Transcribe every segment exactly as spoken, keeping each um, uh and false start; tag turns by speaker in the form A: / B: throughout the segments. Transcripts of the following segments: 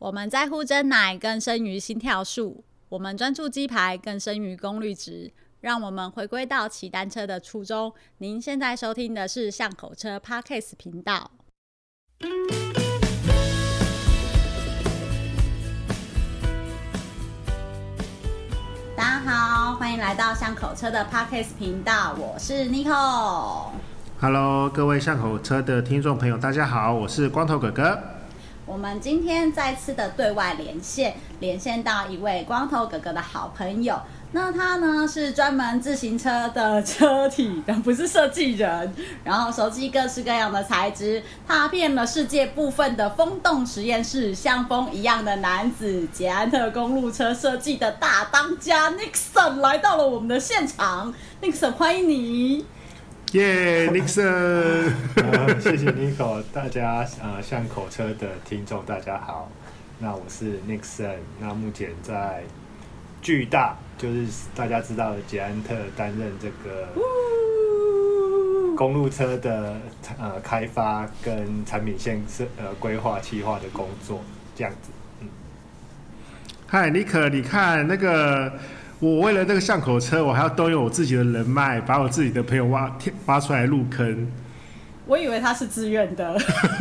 A: 我们在乎真奶更胜于心跳数，我们专注鸡排更胜于功率值。让我们回归到骑单车的初衷。您现在收听的是巷口车 Podcast 频道。大家好，欢迎来到巷口车的 Podcast 频道，我是
B: Nico。Hello， 各位巷口车的听众朋友，大家好，我是光头哥哥。
A: 我们今天再次的对外连线，连线到一位光头哥哥的好朋友。那他呢是专门自行车的车体的，不是设计人，然后熟悉各式各样的材质，踏遍了世界部分的风洞实验室，像风一样的男子，捷安特公路车设计的大当家 Nixon 来到了我们的现场。Nixon， 欢迎你。
B: 耶、yeah, ，Nixon，
C: 呃、谢谢 Nico， 大家呃巷口车的听众大家好，那我是 Nixon， 那目前在巨大，就是大家知道的捷安特担任这个公路车的呃开发跟产品线呃规划企划的工作，这样子。嗯，
B: 嗨，尼可，你看那个。我为了那个巷口车，我还要动用我自己的人脉，把我自己的朋友挖挖出来入坑。
A: 我以为他是自愿的，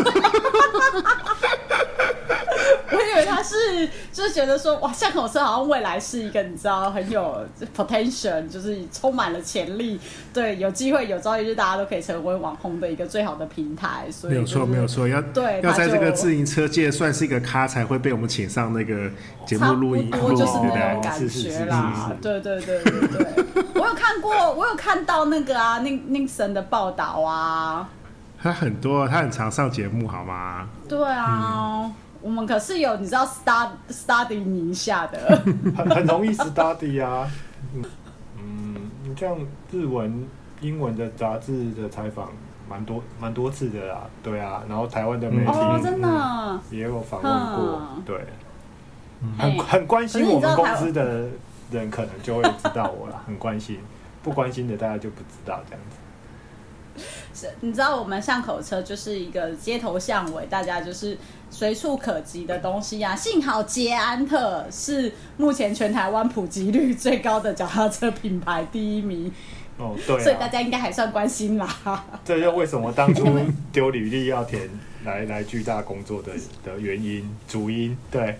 A: 我以为他是就是觉得说，哇，巷口车好像未来是一个你知道很有 potential， 就是充满了潜力，对，有机会有朝一日大家都可以成为网红的一个最好的平台。所以、就是、
B: 没有错，没有错，要
A: 对
B: 要在这个自行车界算是一一个咖，才会被我们请上那个节目录音，
A: 差不多就是那种感觉啦。对对对对对，我有看过，我有看到那个啊 ，Nixon 的报道啊。
B: 他很多，他很常上节目，好吗？
A: 对啊。嗯，我们可是有你知道 study study 你一下的，
C: 很很容易 study 啊。嗯，你像日文、英文的杂志的采访，蛮多蛮多次的啦。对啊，然后台湾的媒体、
A: 哦、真的、
C: 嗯、也有访问过，
A: 嗯、
C: 对，很很关心我们公司的人，可能就会知道我啦，很关心，不关心的大家就不知道这样子。
A: 你知道我们巷口车就是一个街头巷尾，大家就是随处可及的东西啊。幸好捷安特是目前全台湾普及率最高的脚踏车品牌第一名。
C: 哦，对、啊，
A: 所以大家应该还算关心啦。
C: 这就为什么当初丢履历要填来来巨大工作的的原因，主因。对。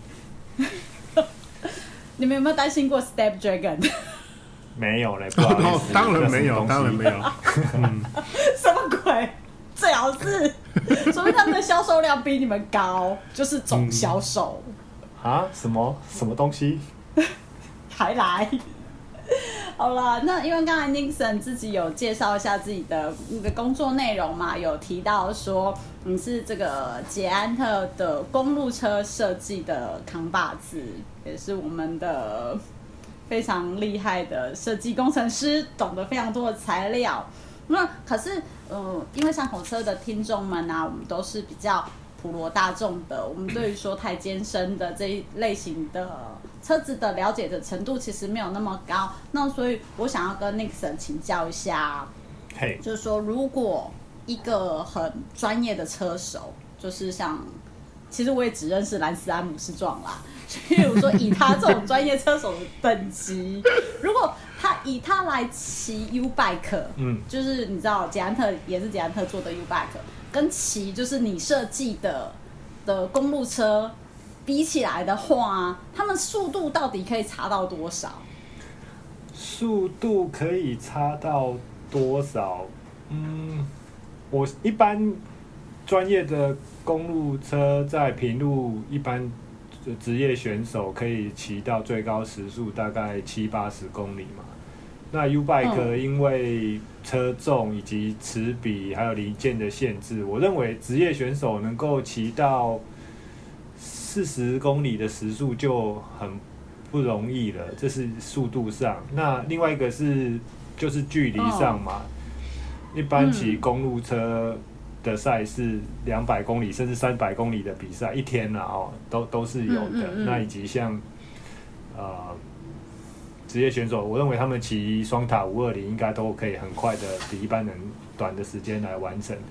A: 你们有没有担心过 Step Dragon？
C: 没有嘞，不好意思，
B: 当然没有，当然没有。
A: 嗯、什么鬼？最好是，说明他们的销售量比你们高，就是总销售。
C: 嗯、啊？什么什么东西？
A: 还来？好啦，那因为刚才 Nixon 自己有介绍一下自己的那个工作内容嘛，有提到说你是这个捷安特的公路车设计的扛把子，也是我们的非常厉害的设计工程师，懂得非常多的材料。那可是，呃，因为巷口车的听众们啊，我们都是比较普罗大众的，我们对于说太艰深的这一类型的车子的了解的程度其实没有那么高。那所以我想要跟 Nixon 请教一下，
C: hey.
A: 就是说，如果一个很专业的车手，就是像，其实我也只认识兰斯·安姆斯壮啦。譬如说，以他这种专业车手的等级，如果他以他来骑 U-Bike， 嗯，就是你知道捷安特也是捷安特做的 U-Bike， 跟骑就是你设计的的公路车比起来的话，他们速度到底可以差到多少？
C: 速度可以差到多少？嗯，我一般专业的公路车在平路一般。职业选手可以骑到最高时速大概七八十公里嘛。那 U-Bike 因为车重以及齿比还有零件的限制，我认为职业选手能够骑到四十公里的时速就很不容易了，这是速度上。那另外一个是就是距离上嘛，一般骑公路车的赛事两百公里甚至三百公里的比赛一天啊、哦、都都是有的。嗯嗯嗯，那以及像呃职业选手，我认为他们骑双塔五二零应该都可以很快的比一般人短的时间来完成。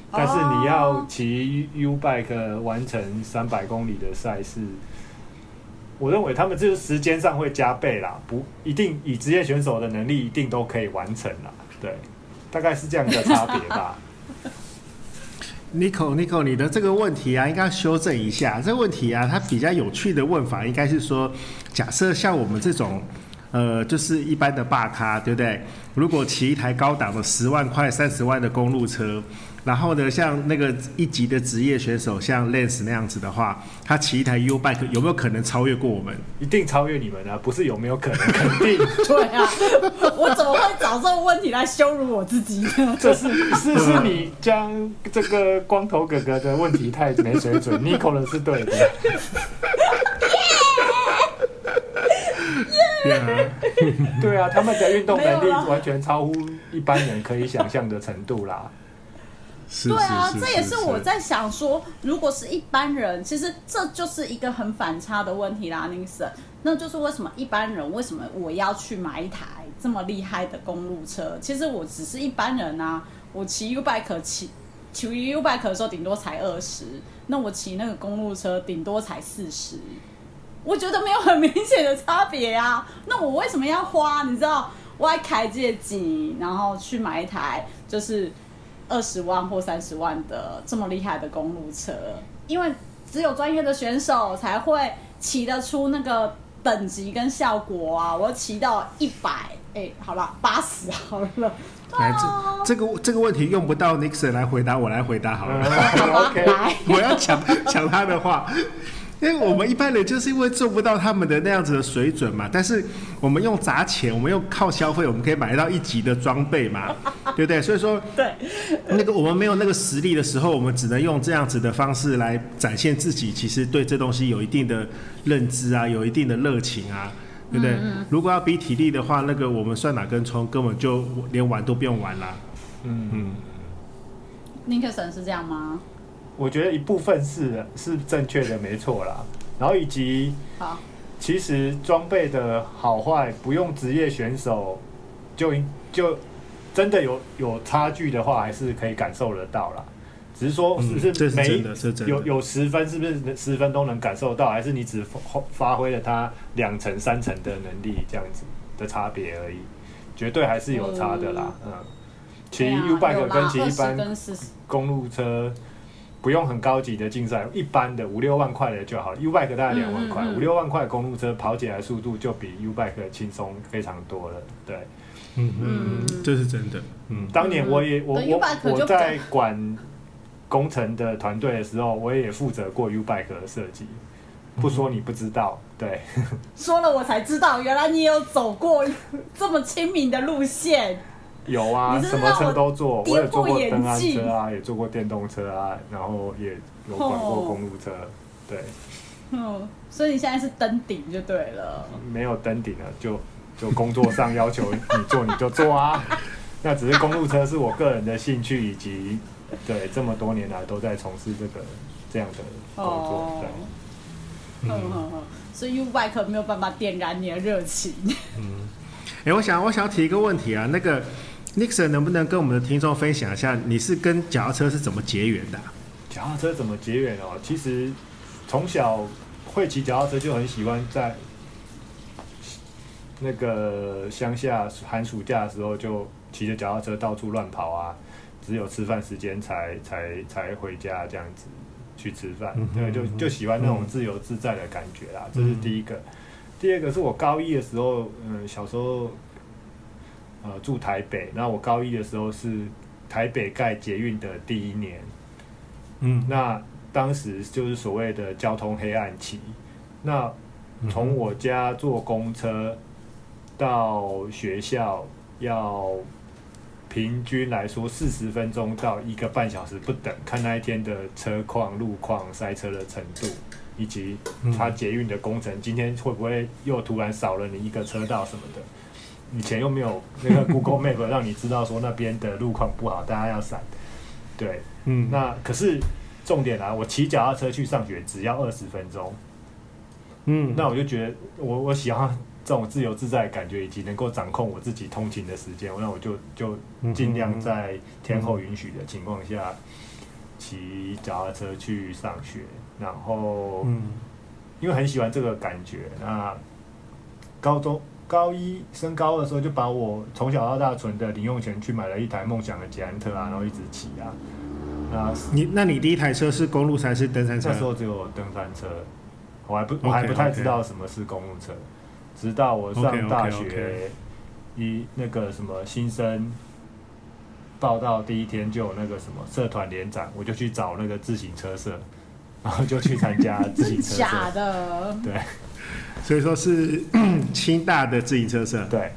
C: 但是你要骑 U bike 完成三百公里的赛事，我认为他们就是时间上会加倍啦，不一定以职业选手的能力一定都可以完成啦，对，大概是这样的差别吧。
B: Nico Nico， 你的这个问题啊，应该修正一下。这个问题啊，它比较有趣的问法应该是说，假设像我们这种，呃，就是一般的大咖，对不对？如果骑一台高档的十万块、三十万的公路车，然后呢，像那个一级的职业选手，像 Lance 那样子的话，他骑一台 U bike 有没有可能超越过我们？
C: 一定超越你们啊！不是有没有可能，肯定。
A: 对啊，我怎么会找这个问题来羞辱我自己呢？
C: 这是是是你将这个光头哥哥的问题太没水准 ，Nico 的是对的。
B: Yeah.
C: 对啊，他们的运动能力完全超乎一般人可以想象的程度啦。
A: 对啊，这也是我在想说，如果是一般人，其实这就是一个很反差的问题啦，宁森。那就是为什么一般人，为什么我要去买一台这么厉害的公路车？其实我只是一般人啊，我骑 U bike 骑骑 U bike 的时候顶多才二十，那我骑那个公路车顶多才四十，我觉得没有很明显的差别啊。那我为什么要花？你知道，我要开这钱，然后去买一台就是二十万或三十万的这么厉害的公路车，因为只有专业的选手才会骑得出那个等级跟效果啊！我骑到一百，哎，好了，八十好了。
B: 来，这这个这个问题用不到 Nixon 来回答，我来回答好了。
C: OK，
B: 我要抢抢他的话。因为我们一般人就是因为做不到他们的那样子的水准嘛，但是我们用砸钱，我们用靠消费，我们可以买到一级的装备嘛，对不对？所以说，
A: 对，
B: 那个我们没有那个实力的时候，我们只能用这样子的方式来展现自己，其实对这东西有一定的认知啊，有一定的热情啊，对不对？嗯嗯，如果要比体力的话，那个我们算哪根葱，根本就连玩都不用玩啦。嗯嗯，
A: 尼克森是这样吗？
C: 我觉得一部分是是正确的，没错啦。然后以及，其实装备的好坏不用职业选手就就真的有有差距的话，还是可以感受得到啦。只是说是不是每、嗯、有有十分，是不是十分都能感受到，还是你只发挥了它两成三成的能力这样子的差别而已？绝对还是有差的啦。嗯，骑 U bike 跟骑一般公路车。不用很高级的竞赛，一般的五六万块的就好了。U bike 大概两万块，五六万块的公路车跑起来速度就比 U bike 轻松非常多了。对，
B: 嗯嗯，这是真的。嗯，
C: 当年我也我我我在管工程的团队的时候，我也负责过 U bike 的设计。不说你不知道，对。
A: 说了我才知道，原来你有走过这么亲民的路线。
C: 有啊，什么车都做，我也坐过登岸车啊，也坐过电动车啊，然后也有管过公路车，对。
A: 嗯，所以你现在是登顶就对了。
C: 没有登顶了，就就工作上要求你做你就做啊。那只是公路车是我个人的兴趣，以及对这么多年来都在从事这个这样的工作，对。
A: 嗯嗯嗯，所以 U bike 没有办法点燃你的热情。
B: 嗯。哎、欸，我想我想要提一个问题啊，那个 Nixon 能不能跟我们的听众分享一下，你是跟脚踏车是怎么结缘的、啊？
C: 脚踏车怎么结缘哦？其实从小会骑脚踏车就很喜欢在那个乡下寒暑假的时候就骑着脚踏车到处乱跑啊，只有吃饭时间才才才回家这样子去吃饭，对，就就喜欢那种自由自在的感觉啦，这是第一个。第二个是我高一的时候，嗯，小时候，呃，住台北。那我高一的时候是台北盖捷运的第一年，嗯，那当时就是所谓的交通黑暗期。那从我家坐公车到学校要平均来说四十分钟到一个半小时不等，看那一天的车况、路况、塞车的程度。以及它捷运的工程，今天会不会又突然少了你一个车道什么的？以前又没有那个 Google Map 让你知道说那边的路况不好，大家要闪。对，嗯，那可是重点啊，我骑脚踏车去上学只要二十分钟，嗯，那我就觉得我我喜欢这种自由自在的感觉，以及能够掌控我自己通勤的时间，那我就就尽量在天候允许的情况下。 骑脚踏车去上学，然后
B: 嗯，
C: 因为很喜欢这个感觉，那高中高一升高二的时候就把我从小到大存的零用钱去买了一台梦想的捷安特啊，然后一直骑啊。那
B: 你那你第一台车是公路车还是登山车？
C: 那时候只有登山车，我还不我还不太知道什么是公路车， okay, okay. 直到我上大学
B: okay, okay, okay.
C: 一那个什么新生报到第一天就有那个什么社团联展，我就去找那个自行车社，然后就去参加自行车社。
A: 假的？
C: 对，
B: 所以说是清大的自行车社。
C: 对。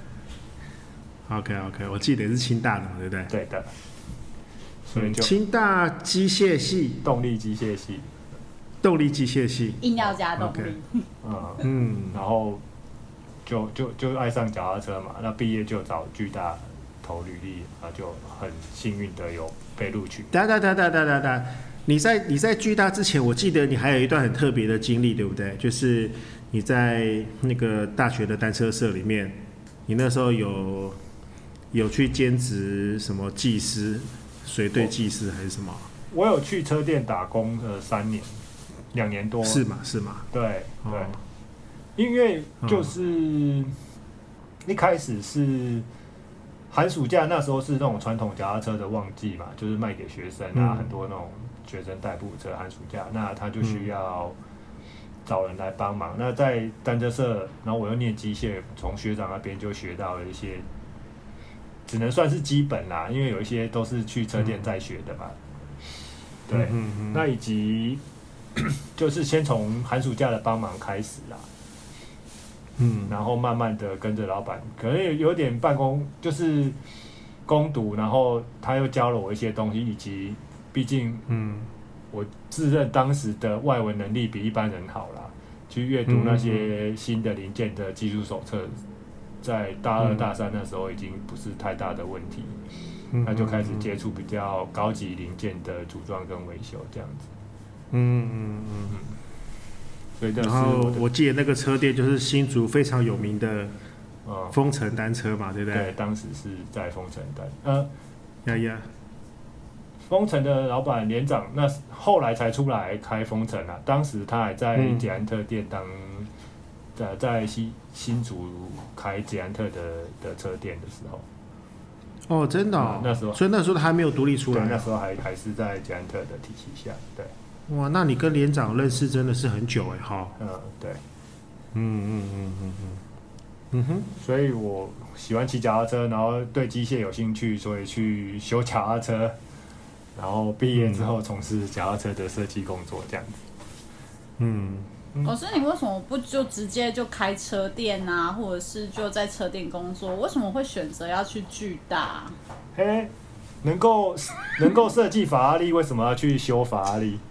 B: OK OK， 我记得是清大的嘛，对不对？
C: 对的。所以就
B: 清大机械系，
C: 动力机械系，
B: 动力机械系，
A: 硬要加动力。
C: Okay. 嗯嗯，然后就就就爱上脚踏车嘛，那毕业就找巨大投履历，然后就很幸运的有被录取。
B: 哒哒哒哒哒哒哒，你在你在巨大之前，我记得你还有一段很特别的经历，对不对？就是你在那个大学的单车社里面，你那时候有有去兼职什么技师？随队技师还是什么？
C: 我有去车店打工了三年，两年多。
B: 是吗？是吗？
C: 对对、
B: 哦，
C: 因为就是一开始是寒暑假，那时候是那种传统脚踏车的旺季嘛，就是卖给学生啊，嗯、很多那种学生代步车，寒暑假，那他就需要找人来帮忙。嗯、那在单车社，然后我又念机械，从学长那边就学到了一些。只能算是基本啦，因为有一些都是去车店在学的嘛。嗯、对、嗯嗯，那以及就是先从寒暑假的帮忙开始啦，嗯，然后慢慢的跟着老板，可能有点办公就是攻读，然后他又教了我一些东西，以及毕竟，嗯，我自认当时的外文能力比一般人好啦，去阅读那些新的零件的技术手册。在大二大三那时候已经不是太大的问题，嗯、那就开始接触比较高级零件的组装跟维修这样子。嗯嗯嗯嗯。所以这是
B: 然后我记得那个车店就是新竹非常有名的风城单车嘛，对不对？
C: 对，当时是在风城单，呃，
B: 呀呀，
C: 风城的老板连长，那后来才出来开风城啊，当时他还在捷安特店当。嗯在在新新竹开捷安特的的车店的时候，
B: 哦，真的、哦嗯，
C: 那时候，
B: 所以那时候他还没有独立出来，
C: 那时候还还是在捷安特的体系下，对。
B: 哇，那你跟连长认识真的是很久哎，哈。
C: 嗯，对。
B: 嗯嗯嗯嗯嗯，嗯哼。
C: 所以我喜欢骑脚踏车，然后对机械有兴趣，所以去修脚踏车，然后毕业之后从事脚踏车的设计工作，这样子。嗯。
A: 老师，你为什么不就直接就开车店啊，或者是就在车店工作？为什么会选择要去巨大？
C: 嘿，能够能够设计法拉利，为什么要去修法拉利？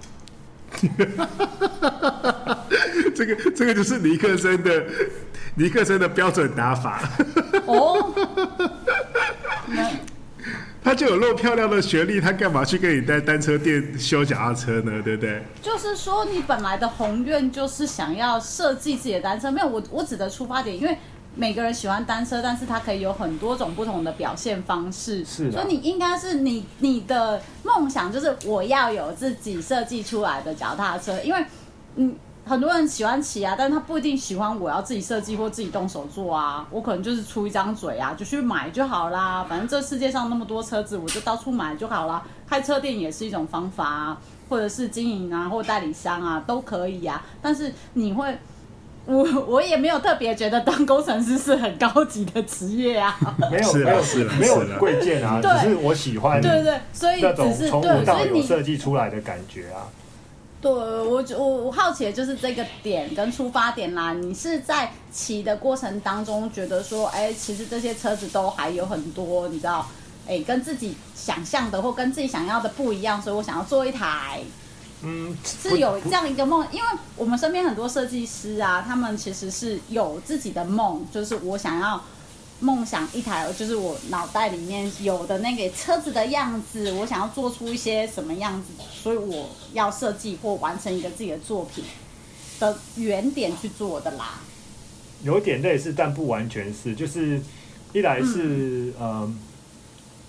B: 这个这个就是尼克森的尼克森的标准打法。哦。他就有那么漂亮的学历，他干嘛去跟你在单车店修脚踏车呢？对不对？
A: 就是说，你本来的宏愿就是想要设计自己的单车，没有我我指的出发点，因为每个人喜欢单车，但是它可以有很多种不同的表现方式。
C: 是，
A: 所以你应该是你你的梦想就是我要有自己设计出来的脚踏车，因为嗯。很多人喜欢骑啊，但是他不一定喜欢我要自己设计或自己动手做啊。我可能就是出一张嘴啊，就去买就好啦。反正这世界上那么多车子，我就到处买就好啦。开车店也是一种方法啊，或者是经营啊，或代理商啊，都可以啊。但是你会，我我也没有特别觉得当工程师是很高级的职业啊。
C: 没有没有没有贵贱啊，只是我喜欢。
A: 对对，所以
C: 那种从无到有设计出来的感觉啊。
A: 对，我我我好奇的就是这个点跟出发点啦。你是在骑的过程当中觉得说，哎，其实这些车子都还有很多，你知道，哎，跟自己想象的或跟自己想要的不一样，所以我想要做一台。嗯，是有这样一个梦，因为我们身边很多设计师啊，他们其实是有自己的梦，就是我想要。梦想一台就是我脑袋里面有的那个车子的样子，我想要做出一些什么样子，所以我要设计或完成一个自己的作品的原点去做的啦。
C: 有点类似，但不完全是，就是一来是、嗯、呃，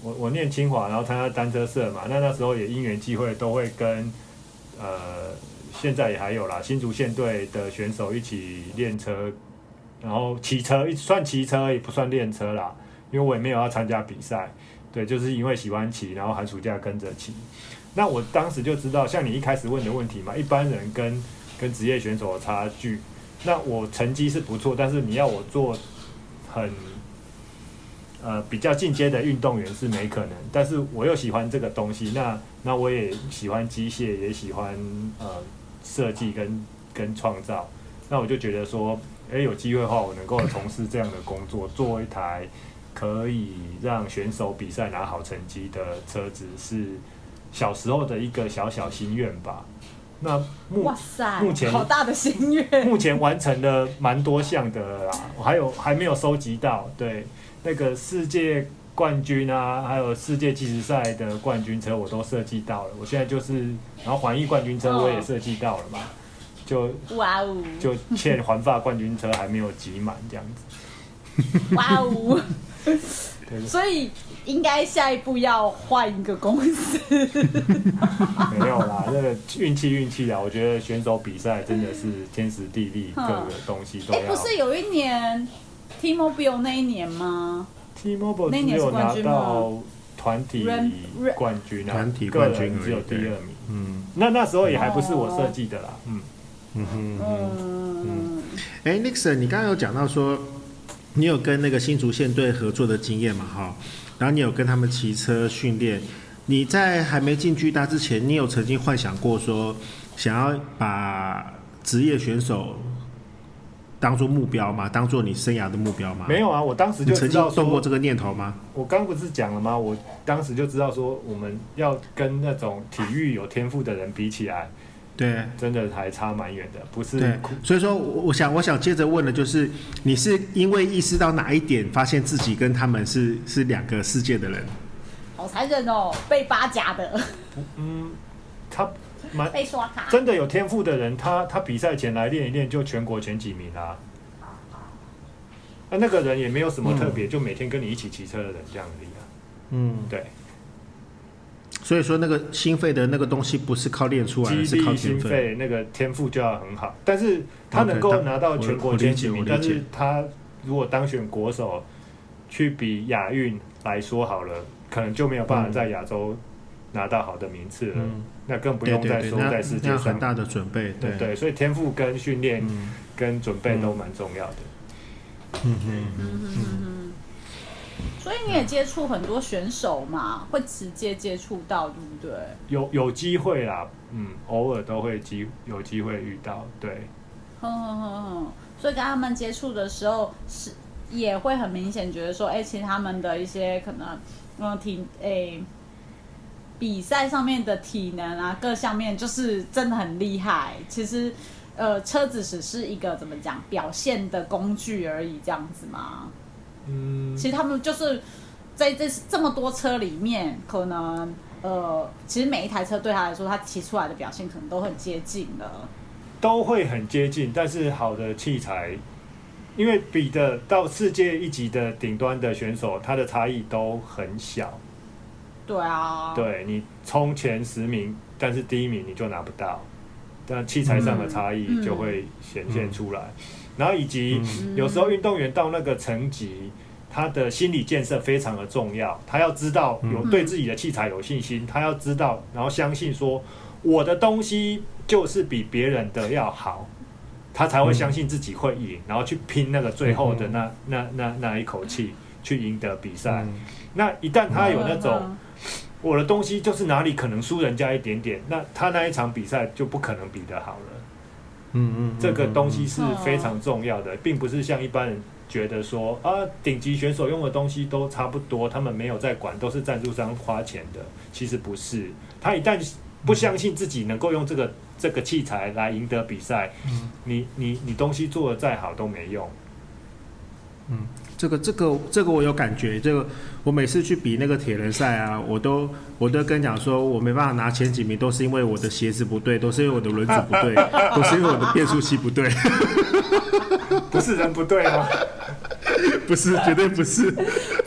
C: 我我念清华，然后参加单车社嘛，那那时候也因缘际会都会跟呃现在也还有啦，新竹县队的选手一起练车，然后骑车，算骑车也不算练车啦，因为我也没有要参加比赛，对，就是因为喜欢骑，然后寒暑假跟着骑。那我当时就知道，像你一开始问的问题嘛，一般人跟跟职业选手的差距，那我成绩是不错，但是你要我做很呃比较进阶的运动员是没可能，但是我又喜欢这个东西，那那我也喜欢机械，也喜欢呃设计跟跟创造，那我就觉得说，哎，有机会的话，我能够从事这样的工作，做一台可以让选手比赛拿好成绩的车子，是小时候的一个小小心愿吧。那目
A: 哇塞，
C: 目前
A: 好大的心愿，
C: 目前完成了蛮多项的了啦，我还有还没有收集到，对，那个世界冠军啊，还有世界计时赛的冠军车我都设计到了，我现在就是，然后环意冠军车我也设计到了嘛，就
A: 哇哦，
C: 就欠环法冠军车还没有集满这样子，
A: 哇哦，所以应该下一步要换一个公司。
C: 没有啦，那个运气运气啊，我觉得选手比赛真的是天时地利，各个东西都要。
A: 哎，不是有一年 T-Mobile 那一年吗
C: ？T-Mobile 只有拿到团体冠军啊，
B: 团体冠军
C: 只有第二名。嗯，那那时候也还不是我设计的啦。嗯
B: 嗯哼嗯嗯。哎 ，Nixon， 你刚刚有讲到说，你有跟那个新竹县队合作的经验嘛？哈，然后你有跟他们骑车训练。你在还没进巨大之前，你有曾经幻想过说，想要把职业选手当做目标吗？当做你生涯的目标吗？
C: 没有啊，我当时就知道说，
B: 你曾经动过这个念头吗？
C: 我刚不是讲了吗？我当时就知道说，我们要跟那种体育有天赋的人比起来，
B: 对，
C: 真的还差蛮远的，不是？
B: 对，所以说，我想，我想接着问的就是，你是因为意识到哪一点，发现自己跟他们是是两个世界的人？
A: 好残忍哦，被八甲的。
C: 嗯，他蛮
A: 被刷卡。
C: 真的有天赋的人，他他比赛前来练一练，就全国前几名啦、啊。那那个人也没有什么特别、嗯，就每天跟你一起骑车的人这样而已啊。嗯，对。
B: 所以说，那个心肺的那个东西不是靠练出来的，是靠
C: 心肺那个天赋就要很好。但是他能够拿到全国前几名，但是他如果当选国手，去比亚运来说好了。可能就没有办法在亚洲拿到好的名次了，嗯、那更不用再说在世界上
B: 很大的准备，对
C: 对, 对，所以天赋跟训练跟准备都蛮重要的。
A: 嗯嗯嗯嗯。所以你也接触很多选手嘛，会直接接触到，对不对？
C: 有有机会啦，嗯，偶尔都会机有机会遇到，对。
A: 哼哼哼哼，所以跟他们接触的时候是也会很明显觉得说，哎、欸，其实他们的一些可能。嗯，体诶、欸，比赛上面的体能啊，各项面就是真的很厉害。其实，呃，车子只是一个怎么讲表现的工具而已，这样子吗？嗯，其实他们就是在这这么多车里面，可能呃，其实每一台车对他来说，他骑出来的表现可能都很接近的，
C: 都会很接近。但是好的器材。因为比的到世界一级的顶端的选手，他的差异都很小。
A: 对啊。
C: 对，你冲前十名，但是第一名你就拿不到，但器材上的差异就会显现出来。嗯嗯、然后以及、嗯、有时候运动员到那个层级，他的心理建设非常的重要。他要知道有对自己的器材有信心，嗯、他要知道，然后相信说我的东西就是比别人的要好。他才会相信自己会赢、嗯，然后去拼那个最后的那、嗯、那那 那, 那一口气，去赢得比赛、嗯。那一旦他有那种、嗯、我的东西就是哪里可能输人家一点点，那他那一场比赛就不可能比得好了。嗯嗯，这个东西是非常重要的，并不是像一般人觉得说啊，顶级选手用的东西都差不多，他们没有在管，都是赞助商花钱的。其实不是，他一旦不相信自己能够用这个。这个器材来赢得比赛、嗯，你你你东西做得再好都没用。
B: 嗯，这个这个这个我有感觉，这个我每次去比那个铁人赛啊，我都我都跟讲说，我没办法拿前几名，都是因为我的鞋子不对，都是因为我的轮子不对，都是因为我的变速器不对。
C: 不是人不对吗？
B: 不是，绝对不是。
A: 这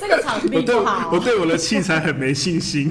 A: 这个场地不好。
B: 我对我对我的器材很没信心。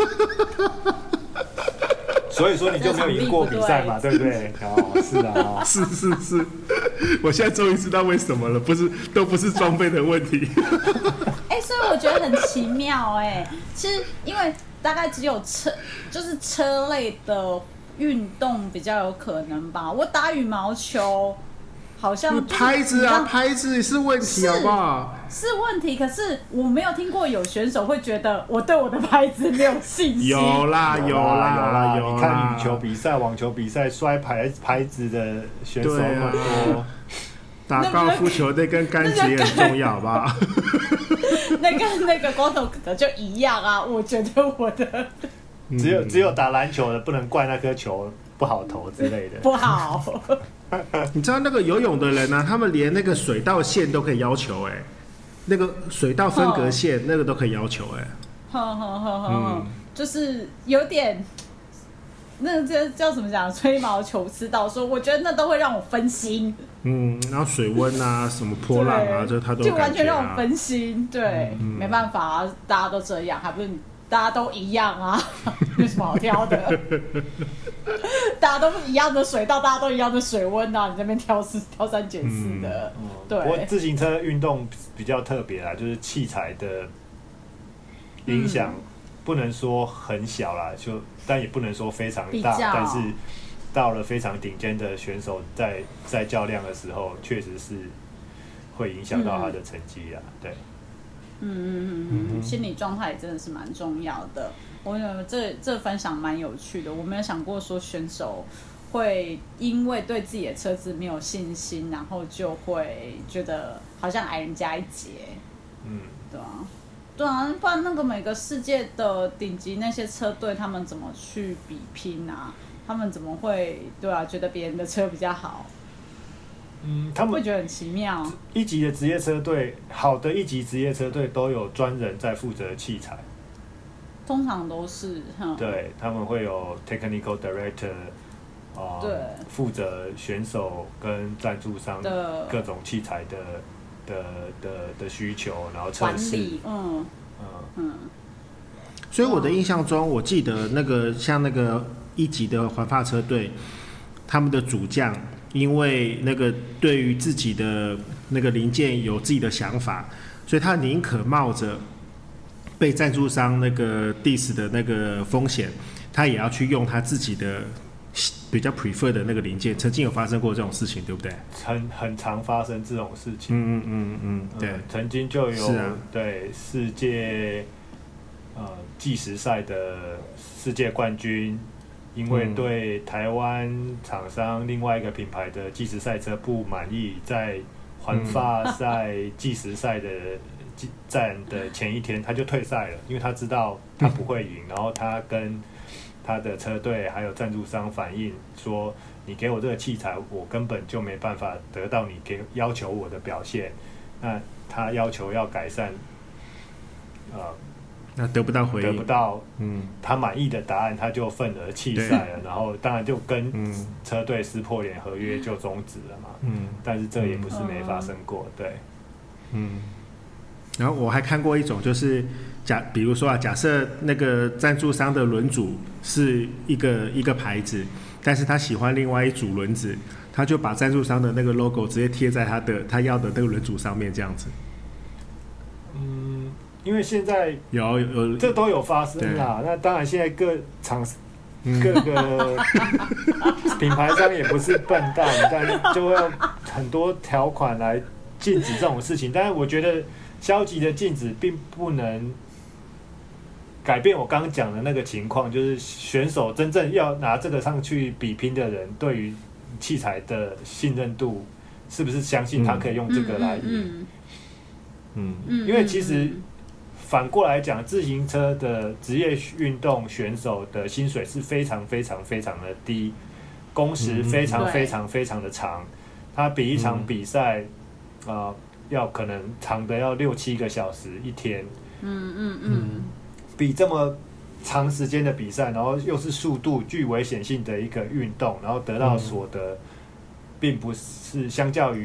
C: 所以说你就没有赢过比赛嘛，对不对？哦，是啊、哦，
B: 是是是，我现在终于知道为什么了，不是都不是装备的问题。
A: 哎、欸，所以我觉得很奇妙哎、欸，其实因为大概只有车，就是车类的运动比较有可能吧。我打羽毛球。好像
B: 拍子啊，拍子是问题，好不好？
A: 是问题，可是我没有听过有选手会觉得我对我的拍子没有信心。
B: 有啦，有啦，
C: 有啦，有啦！你看羽球比赛、网球比赛，摔拍拍子的选手很多。
B: 打高尔夫球那跟杆子也很重要，好不好？
A: 那跟那个光头哥哥就一样啊，我觉得我的
C: 只有只有打篮球的不能怪那颗球不好投之类的，
A: 不好。
B: 你知道那个游泳的人呢、啊，他们连那个水道线都可以要求哎、欸，那个水道分隔线那个都可以要求哎、欸。
A: 呵呵呵呵，就是有点，那这叫什么讲？吹毛求疵到说，我觉得那都会让我分心。
B: 嗯，然后水温啊，什么波浪啊，这他都、啊、
A: 就完全让我分心。对，嗯、没办法啊，大家都这样，还不是大家都一样啊，有什么好挑的？大家都一样的水道，大家都一样的水温啊，你这边挑四挑三拣四的、嗯，对。
C: 不过自行车运动比较特别啦，就是器材的影响不能说很小啦，就但也不能说非常大，但是到了非常顶尖的选手在在较量的时候，确实是会影响到他的成绩啦，对。
A: 嗯嗯嗯嗯，心理状态也真的是蛮重要的。我觉得这这分享蛮有趣的，我没有想过说选手会因为对自己的车子没有信心，然后就会觉得好像矮人家一截。嗯，对啊，对啊，不然那个每个世界的顶级那些车队，他们怎么去比拼啊？他们怎么会对啊？觉得别人的车比较好？
C: 嗯，他们
A: 会觉得很奇妙。
C: 一级的职业车队，好的一级职业车队都有专人在负责器材，
A: 通常都是，
C: 对，他们会有 technical director， 呃、对，负责选手跟赞助商的各种器材的的的的需求，然后测试，嗯嗯
B: 嗯。所以我的印象中，我记得那个像那个一级的环法车队，他们的主将。因为那个对于自己的那个零件有自己的想法，所以他宁可冒着被赞助商那个 diss 的那个风险，他也要去用他自己的比较 prefer 的那个零件。曾经有发生过这种事情，对不对？
C: 很很常发生这种事情。
B: 嗯嗯嗯嗯，对，嗯、
C: 曾经就有、
B: 啊、
C: 对世界呃计时赛的世界冠军。因为对台湾厂商另外一个品牌的计时赛车不满意，在环法赛计时赛的站的前一天，他就退赛了，因为他知道他不会赢，然后他跟他的车队还有赞助商反映说：“你给我这个器材，我根本就没办法得到你给要求我的表现。”那他要求要改善，呃。
B: 那得不到回应，
C: 得不到嗯他满意的答案，他就愤而弃赛了，然后当然就跟车队撕破脸，合约就终止了嘛。嗯，但是这也不是没发生过，对。
B: 嗯，然后我还看过一种，就是假比如说啊，假设那个赞助商的轮组是一个一个牌子，但是他喜欢另外一组轮子，他就把赞助商的那个 logo 直接贴在他的他要的那个轮组上面，这样子。
C: 嗯。因为现在
B: 有有
C: 这都有发生啦，那当然现在各厂各个品牌商也不是笨蛋，但就会有很多条款来禁止这种事情。但是我觉得消极的禁止并不能改变我刚刚讲的那个情况，就是选手真正要拿这个上去比拼的人，对于器材的信任度是不是相信他可以用这个来赢？嗯，因为其实。反过来讲，自行车的职业运动选手的薪水是非常非常非常的低，工时非常非常非常的长，他比一场比赛，嗯呃，要可能长的要六七个小时一天，嗯嗯嗯，比这么长时间的比赛，然后又是速度具危险性的一个运动，然后得到所得，并不是相较于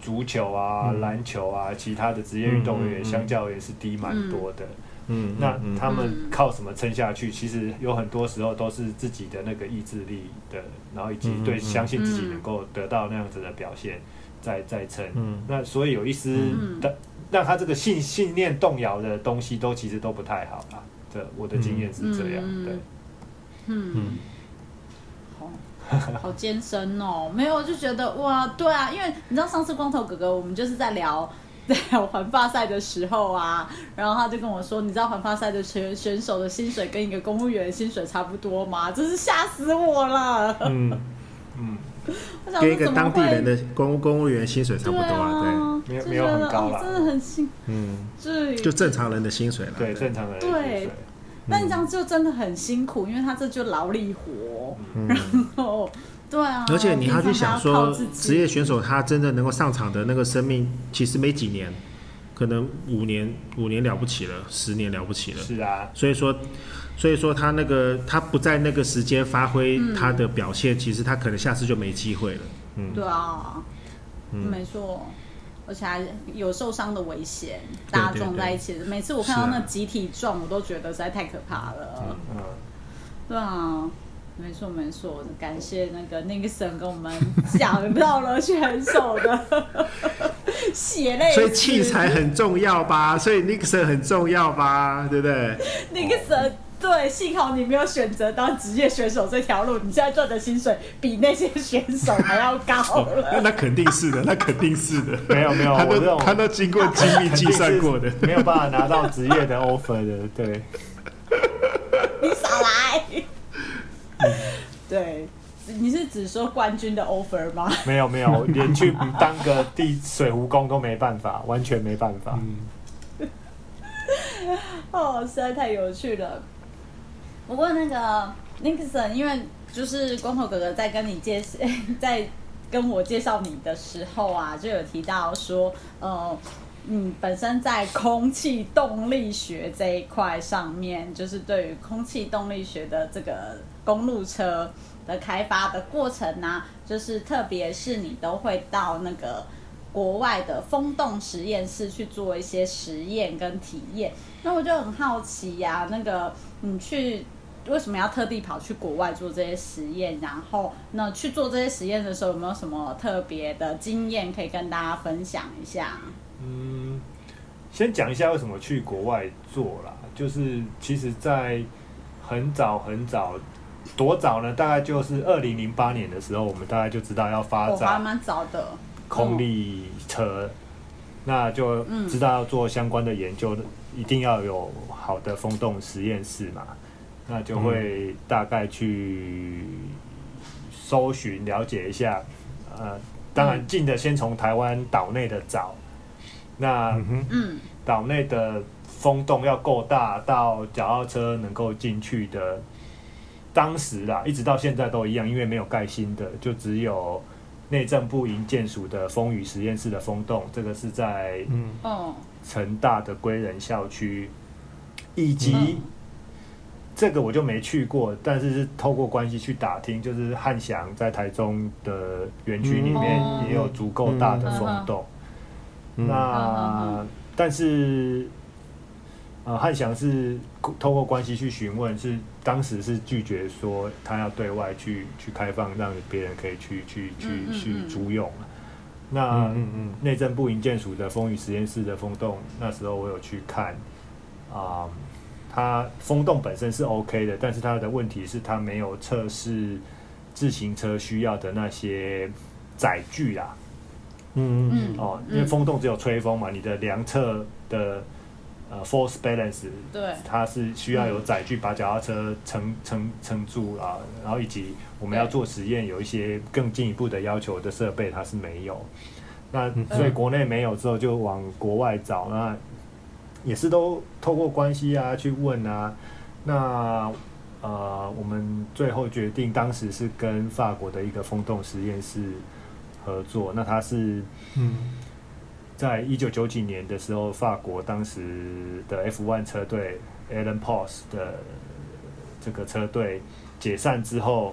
C: 足球啊、
B: 嗯
C: 篮球啊，其他的职业运动员
B: 嗯嗯嗯
C: 相较也是低蛮多的。
B: 嗯，
C: 那
B: 嗯
C: 他们靠什么撑下去？其实有很多时候都是自己的那个意志力的，然后以及对
B: 嗯嗯
C: 相信自己能够得到那样子的表现，在在撑。
B: 嗯
C: 那所以有一丝
A: 嗯
C: 的让他这个信信念动摇的东西，都其实都不太好啦。这我的经验是这样，
A: 嗯
C: 对。
A: 嗯，
B: 嗯
A: 好，好艰深哦。没有，就觉得哇，对啊，因为你知道上次光头哥哥我们就是在聊。在环法赛的时候啊，然后他就跟我说：“你知道环法赛的选选手的薪水跟一个公务员的薪水差不多吗？”真是吓死我了。
B: 嗯
C: 嗯，
A: 我想
B: 跟一个
A: 说怎么会
B: 当地人的公公务员薪水差不多啊，
A: 对啊，
C: 没有没有很高啦
A: 哦，真的很辛，
B: 嗯，
A: 对，
B: 就正常人的薪水了。
C: 对正常的人的薪
A: 对
C: 水。
A: 那你这样就真的很辛苦，因为他这就劳力活，
B: 嗯
A: 然后对啊，
B: 而且你还要去想说，职
A: 职
B: 业选手他真的能够上场的那个生命，其实没几年，可能五年五年了不起了，十年了不起了。
C: 是啊，
B: 所以说，所以说他那个他不在那个时间发挥他的表现，其实他可能下次就没机会了。嗯，
A: 对啊，
B: 嗯
A: 没错。而且还有受伤的危险，
B: 对
A: 大家撞在一起。每次我看到
B: 是啊
A: 那集体撞，我都觉得实在太可怕了。
C: 嗯，
A: 对啊，没错没错，感谢那个 Nixon 跟我们讲到了选手的血泪史。
B: 所以器材很重要吧？所以 Nixon 很重要吧？对不对
A: Nixon 对，幸好你没有选择当职业选手这条路，你现在赚的薪水比那些选手还要高了。
B: 那那肯定是的，那肯定是的。
C: 没有没有，
B: 他
C: 我这种
B: 都他都经过精密计算过的，
C: 没有办法拿到职业的 offer 的，对。
A: 你少来。对，你是只说冠军的 offer 吗？
C: 没有没有，连去当个地水壶工都没办法，完全没办法。
B: 嗯
A: 哦，实在太有趣了。不过那个 Nixon， 因为就是光头哥哥在跟你介绍，在跟我介绍你的时候啊，就有提到说，呃，嗯，本身在空气动力学这一块上面，就是对于空气动力学的这个公路车的开发的过程啊，就是特别是你都会到那个国外的风洞实验室去做一些实验跟体验。那我就很好奇呀、啊，那个你去为什么要特地跑去国外做这些实验？然后那去做这些实验的时候，有没有什么特别的经验可以跟大家分享一下？
C: 嗯，先讲一下为什么去国外做啦，就是其实在很早很早，多早呢？大概就是二零零八年的时候，我们大概就知道要发
A: 我、哦、还
C: 展
A: 蛮早的
C: 空力车，嗯、那就知道要做相关的研究，嗯、一定要有好的风洞实验室嘛。那就会大概去搜寻了解一下，呃，当然近的先从台湾岛内的找，那岛内的风洞要够大，到脚踏车能够进去的，当时啦，一直到现在都一样，因为没有盖新的，就只有内政部营建署的风雨实验室的风洞，这个是在成大的归仁校区，以及、嗯这个我就没去过，但是是透过关系去打听，就是汉翔在台中的园区里面也有足够大的风洞。嗯嗯、那、嗯、但是，呃，汉翔是透过关系去询问，是当时是拒绝说他要对外去去开放，让别人可以去去去去租用。那内政部营建署的风雨实验室的风洞，那时候我有去看，啊、呃。它风洞本身是 OK 的，但是它的问题是它没有测试自行车需要的那些载具啦。嗯嗯哦，因为风洞只有吹风嘛，你的量测的呃 force balance， 对，它是需要有载具把脚踏车撑撑撑住啊，然后以及我们要做实验有一些更进一步的要求的设备，它是没有。那所以国内没有之后，就往国外找那。也是都透过关系啊去问啊，那呃我们最后决定当时是跟法国的一个风洞实验室合作，那它是在一九九几年的时候，法国当时的 F 一 车队 Alan Prost 的这个车队解散之后，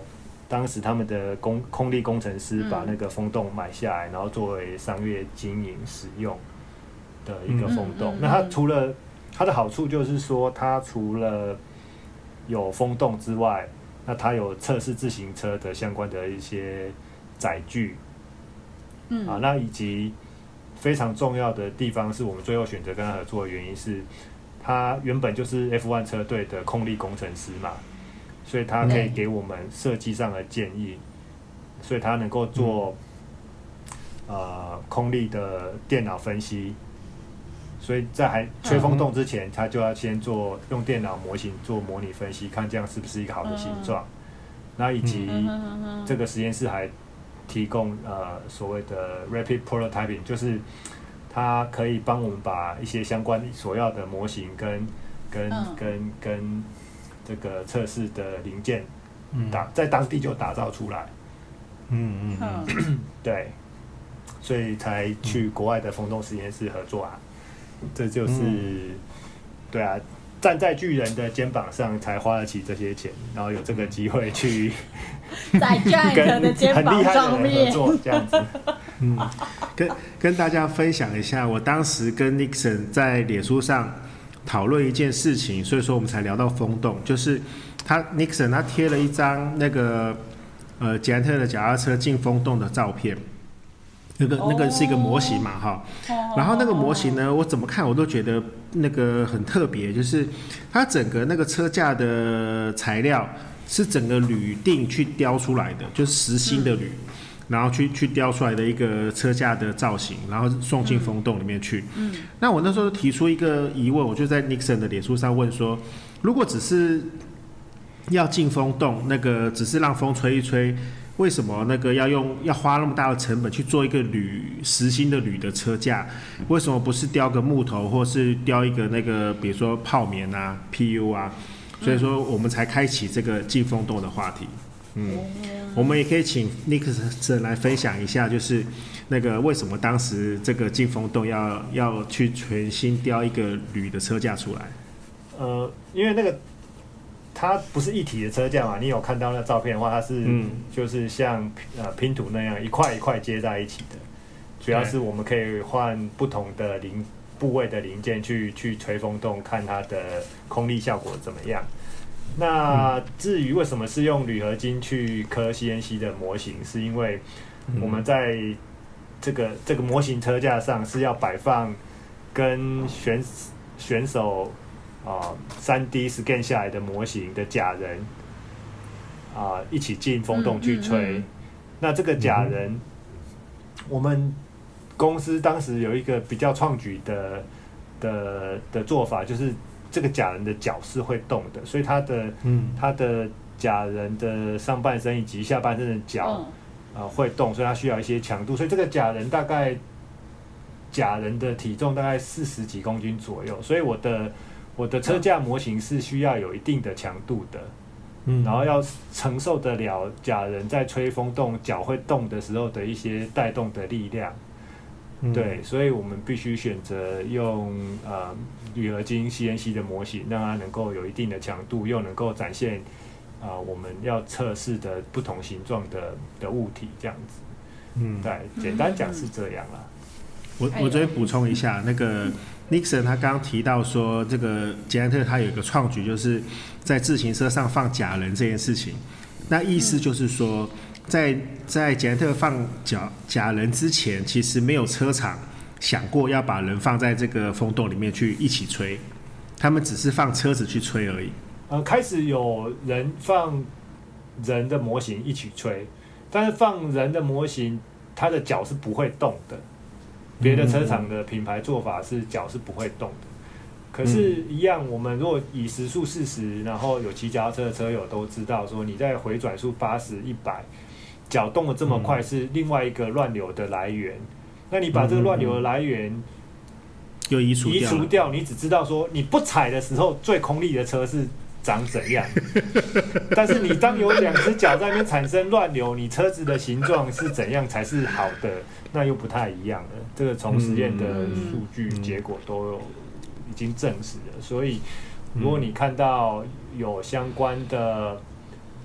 C: 当时他们的工空力工程师把那个风洞买下来，然后作为商业经营使用的一个风洞。嗯嗯嗯、那它除了它的好处就是说，它除了有风洞之外，那它有测试自行车的相关的一些载具，嗯啊，那以及非常重要的地方是我们最后选择跟他合作的原因是，他原本就是 F 一 车队的空力工程师嘛。所以他可以给我们设计上的建议，所以他能够做、嗯、呃空力的电脑分析，所以在还吹风洞之前，他就要先做用电脑模型做模拟分析，看这样是不是一个好的形状。那以及这个实验室还提供呃所谓的 rapid prototyping， 就是它可以帮我们把一些相关所要的模型跟跟跟跟这个测试的零件打在当地就打造出来，嗯嗯嗯，对，所以才去国外的风洞实验室合作啊，这就是、嗯、对啊，站在巨人的肩膀上才花得起这些钱，然后有这个机会去
A: 在 Giant 的肩膀上面
C: 合作这样子。
B: 嗯，跟跟大家分享一下，我当时跟 Nixon 在脸书上讨论一件事情，所以说我们才聊到风洞，就是他 Nixon 他贴了一张那个呃捷安特的脚踏车进风洞的照片，那个那个是一个模型嘛哈，然后那个模型呢，我怎么看我都觉得那个很特别，就是它整个那个车架的材料是整个铝锭去雕出来的，就是实心的铝。嗯，然后去去雕出来的一个车架的造型，然后送进风洞里面去。嗯，那我那时候提出一个疑问，我就在 Nixon 的脸书上问说，如果只是要进风洞，那个只是让风吹一吹，为什么那个要用要花那么大的成本去做一个铝实心的铝的车架？为什么不是雕个木头，或是雕一个那个比如说泡棉啊、P U 啊？所以说我们才开启这个进风洞的话题。嗯，我们也可以请 Nixon 来分享一下，就是那个为什么当时这个进风洞要要去全新雕一个铝的车架出来？
C: 呃，因为那个它不是一体的车架嘛，你有看到那照片的话，它是、嗯、就是像呃拼图那样一块一块接在一起的，主要是我们可以换不同的零部位的零件去去吹风洞，看它的空力效果怎么样。那至于为什么是用铝合金去刻 C N C 的模型，是因为我们在这个这个模型车架上是要摆放跟选选手啊 三 D scan 下来的模型的假人啊、呃、一起进风洞去吹。嗯嗯嗯那这个假人、嗯，我们公司当时有一个比较创举的的的做法，就是这个假人的脚是会动的，所以他的、嗯、他的假人的上半身以及下半身的脚、嗯呃、会动，所以他需要一些强度，所以这个假人大概假人的体重大概四十几公斤左右，所以我的我的车架模型是需要有一定的强度的，嗯、然后要承受得了假人在吹风洞脚会动的时候的一些带动的力量。对，所以我们必须选择用呃铝合金 C N C 的模型，让它能够有一定的强度，又能够展现啊、呃、我们要测试的不同形状的的物体，这样子。嗯，对，简单讲是这样啦。
B: 我我这边补充一下，那个 Nixon 他刚刚提到说，这个捷安特他有一个创举，就是在自行车上放假人这件事情。那意思就是说。嗯在在捷安特放假假人之前，其实没有车厂想过要把人放在这个风洞里面去一起吹，他们只是放车子去吹而已。
C: 呃，开始有人放人的模型一起吹，但是放人的模型，他的脚是不会动的。别的车厂的品牌做法是脚是不会动的。可是，一样，我们如果以时速四十，然后有骑脚踏车的车友都知道，说你在回转速八十、一百。脚动得这么快是另外一个乱流的来源，嗯、那你把这个乱流的来源
B: 又移除掉，
C: 移除掉，你只知道说你不踩的时候最空力的车是长怎样，但是你当有两只脚在那边产生乱流，你车子的形状是怎样才是好的，那又不太一样了。这个从实验的数据结果都有已经证实了，所以如果你看到有相关的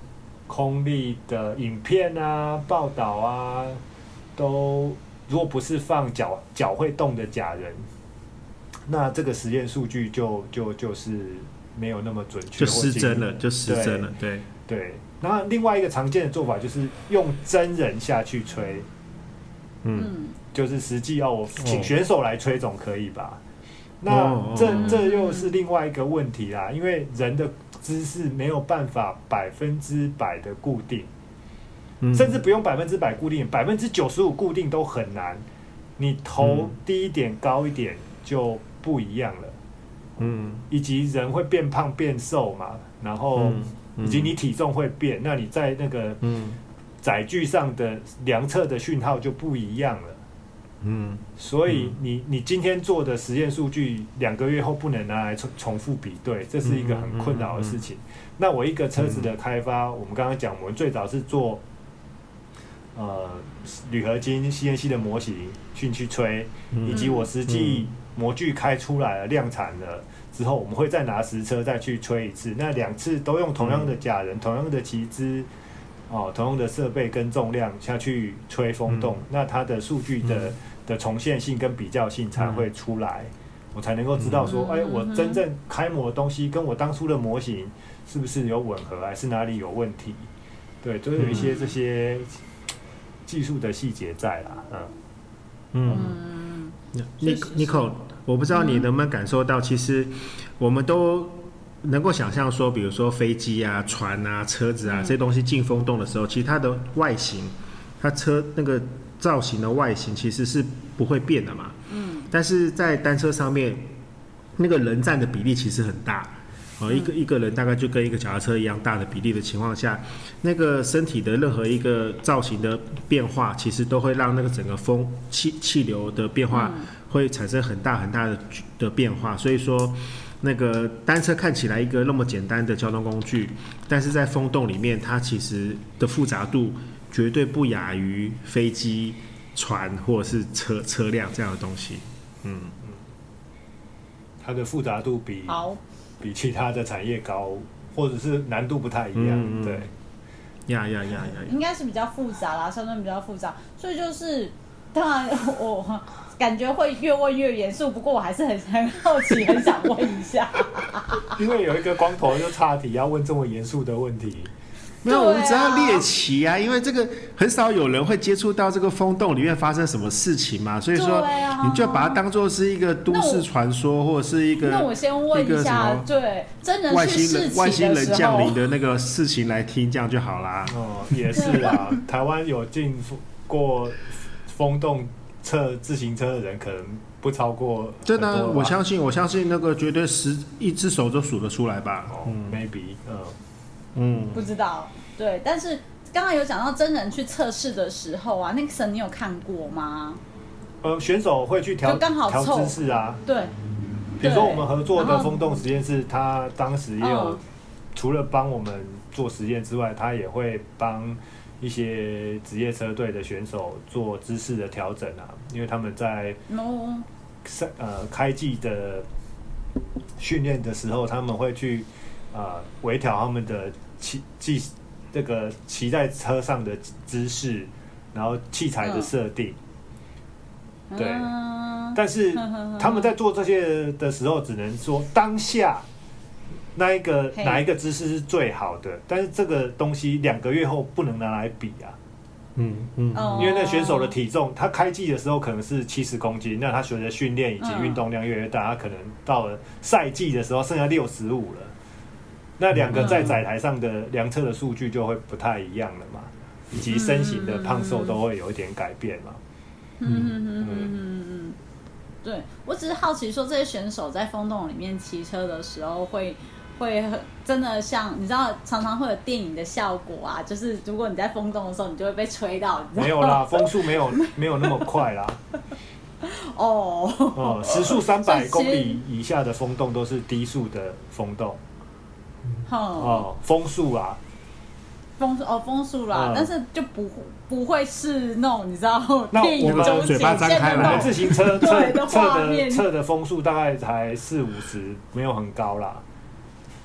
C: 空力的影片啊、报道啊，都如果不是放脚脚会动的假人，那这个实验数据就就就是没有那么准确，
B: 就失真了，就失真了，对
C: 对。然后另外一个常见的做法就是用真人下去吹，嗯，就是实际要我请选手来吹总可以吧？哦、那这、哦、这又是另外一个问题啦，因为人的姿势没有办法百分之百的固定，嗯、甚至不用百分之百固定，百分之九十五固定都很难。你头低一点、高一点就不一样了，嗯，以及人会变胖变瘦嘛，然后以及你体重会变，那你在那个载具上的量测的讯号就不一样了。嗯，所以你你今天做的实验数据两个月后不能拿来重重复比对，这是一个很困扰的事情。嗯嗯嗯、那我一个车子的开发，我们刚刚讲，我们最早是做呃铝合金 C N C 的模型去去吹，以及我实际模具开出来了、量产了之后，我们会再拿实车再去吹一次。那两次都用同样的假人、嗯、同样的旗姿。哦，同样的设备跟重量下去吹风洞，嗯、那它的数据的、嗯、的重现性跟比较性才会出来，嗯、我才能够知道说，哎、嗯欸，我真正开模的东西跟我当初的模型是不是有吻合，还是哪里有问题？对，都有一些这些技术的细节在啦，嗯
B: 嗯。Nico， 我不知道你能不能感受到，其实我们都能够想象说，比如说飞机啊、船啊、车子啊、嗯、这些东西进风洞的时候，其实它的外形，它车那个造型的外形其实是不会变的嘛。嗯。但是在单车上面，那个人占的比例其实很大，哦，一个一个人大概就跟一个脚踏车一样大的比例的情况下，那个身体的任何一个造型的变化，其实都会让那个整个风气气流的变化会产生很大很大的的变化，所以说。那个单车看起来一个那么简单的交通工具，但是在风洞里面，它其实的复杂度绝对不亚于飞机、船或者是车车辆这样的东西。嗯嗯，
C: 它的复杂度比比其他的产业高，或者是难度不太一样。嗯、对，
B: 呀呀呀呀，
A: 应该是比较复杂啦，相对比较复杂，所以就是当然我。感觉会越问越严肃，不过我还是很很好奇，很想问一下。
C: 因为有一个光头就岔题，要问这么严肃的问题。
B: 没有，我们只要猎奇啊，因为这个很少有人会接触到这个风洞里面发生什么事情嘛，所以说你就把它当作是一个都市传说，或者是一个
A: 那我先问一下，对，真人
B: 外星人外星人降临的那个事情来听，这样就好啦。
C: 哦，也是啊，台湾有进过风洞。测自行车的人可能不超过
B: 真的、啊，我相信，我相信那个绝对十一只手都数得出来吧。
C: 哦、嗯、，maybe， 嗯
A: 嗯，不知道，对，但是刚刚有讲到真人去测试的时候啊 ，Nixon 你有看过吗？
C: 呃，选手会去调调姿势啊，
A: 对，
C: 比如说我们合作的风洞实验室，他当时也有、嗯、除了帮我们做实验之外，他也会帮。一些职业车队的选手做姿势的调整啊，因为他们在呃开季的训练的时候，他们会去呃微调他们的骑骑这个骑在车上的姿势，然后器材的设定。嗯、对，嗯、但是他们在做这些的时候，只能说当下。那一个哪一个姿势是最好的？但是这个东西两个月后不能拿来比啊。嗯嗯，因为那选手的体重，他开季的时候可能是七十公斤，那他随着训练以及运动量越来越大，他可能到了赛季的时候剩下六十五了。那两个在载台上的量测的数据就会不太一样了嘛，以及身形的胖瘦都会有一点改变嘛。嗯嗯嗯嗯
A: 嗯，对，我只是好奇说，这些选手在风洞里面骑车的时候会。会真的像你知道，常常会有电影的效果啊，就是如果你在风洞的时候，你就会被吹到，你知道吗？
C: 没有啦，风速没有没有那么快啦。哦哦，时速三百公里以下的风洞都是低速的风洞。哦，风速啊，
A: 风速哦风速啦，嗯、但是就不不会是那种你知道电影中
B: 嘴巴张开来，
C: 自行车测测的测的风速大概才四五十，没有很高啦。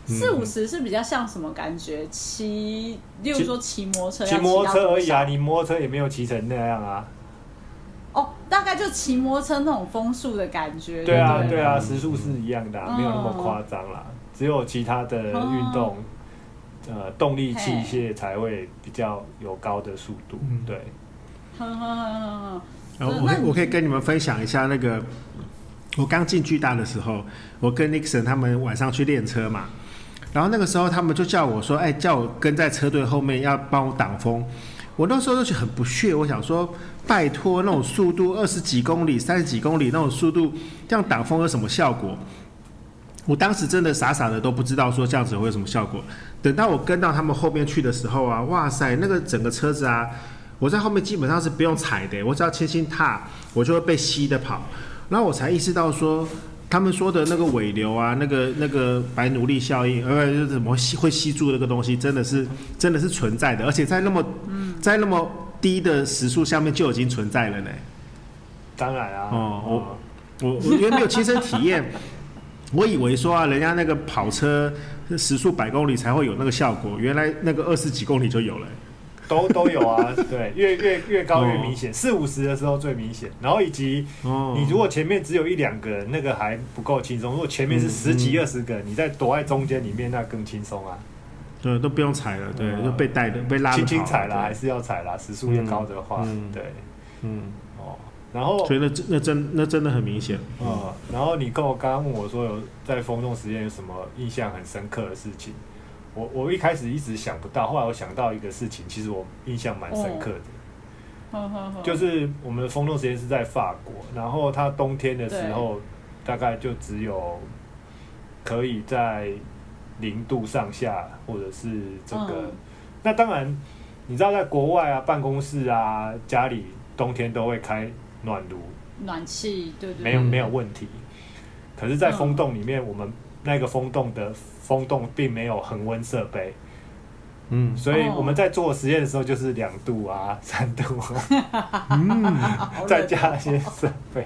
A: 四五十是比较像什么感觉？骑，例如说骑摩托车，
C: 骑摩托车而已啊，
A: 你
C: 你摩托车也没有骑成那样啊。
A: 哦，大概就骑摩托车那种风速的感觉。
C: 对啊，
A: 对
C: 对啊，时速是一样的、啊，没有那么夸张啦。只有其他的运动，嗯、呃，动力器械才会比较有高的速度。对。
A: 呵呵呵
B: 然后我可以我可以跟你们分享一下那个，我刚进巨大的时候，我跟 Nixon 他们晚上去练车嘛，然后那个时候他们就叫我说，哎，叫我跟在车队后面要帮我挡风。我那时候就很不屑，我想说，拜托那种速度二十几公里、三十几公里那种速度，这样挡风有什么效果？我当时真的傻傻的都不知道说这样子会有什么效果。等到我跟到他们后面去的时候啊，哇塞，那个整个车子啊，我在后面基本上是不用踩的，我只要轻轻踏，我就会被吸的跑。然后我才意识到说，他们说的那个尾流啊，那个那个白努力效应，呃，就是怎么吸会吸住那个东西，真的是真的是存在的，而且在那么、嗯、在那么低的时速下面就已经存在了呢。
C: 当然啊，
B: 哦，我我我因为没有亲身体验，我以为说啊，人家那个跑车时速百公里才会有那个效果，原来那个二十几公里就有了。
C: 都都有啊，对，越越越高越明显，四五十的时候最明显，然后以及你如果前面只有一两个人，那个还不够轻松；如果前面是十几二十个人，你在躲在中间里面，那更轻松啊。
B: 对，都不用踩了，对，嗯、就被带的，被拉的跑。
C: 轻轻踩啦，还是要踩啦，时速越高的话，嗯、对，
B: 嗯，
C: 哦，然后
B: 所以那那真那真的很明显。
C: 嗯，然后你跟我刚刚问我说有在风洞实验有什么印象很深刻的事情？我我一开始一直想不到，后来我想到一个事情，其实我印象蛮深刻的，
A: 哦、
C: 就是我们的风洞实验室在法国，然后它冬天的时候大概就只有可以在零度上下，或者是这个，嗯、那当然你知道在国外啊，办公室啊，家里冬天都会开暖炉、
A: 暖气，对对，
C: 没有没有问题。可是，在风洞里面，嗯、我们那个风洞的风洞并没有恒温设备，嗯，所以我们在做实验的时候就是两度啊、三度啊，嗯，再加一些设备，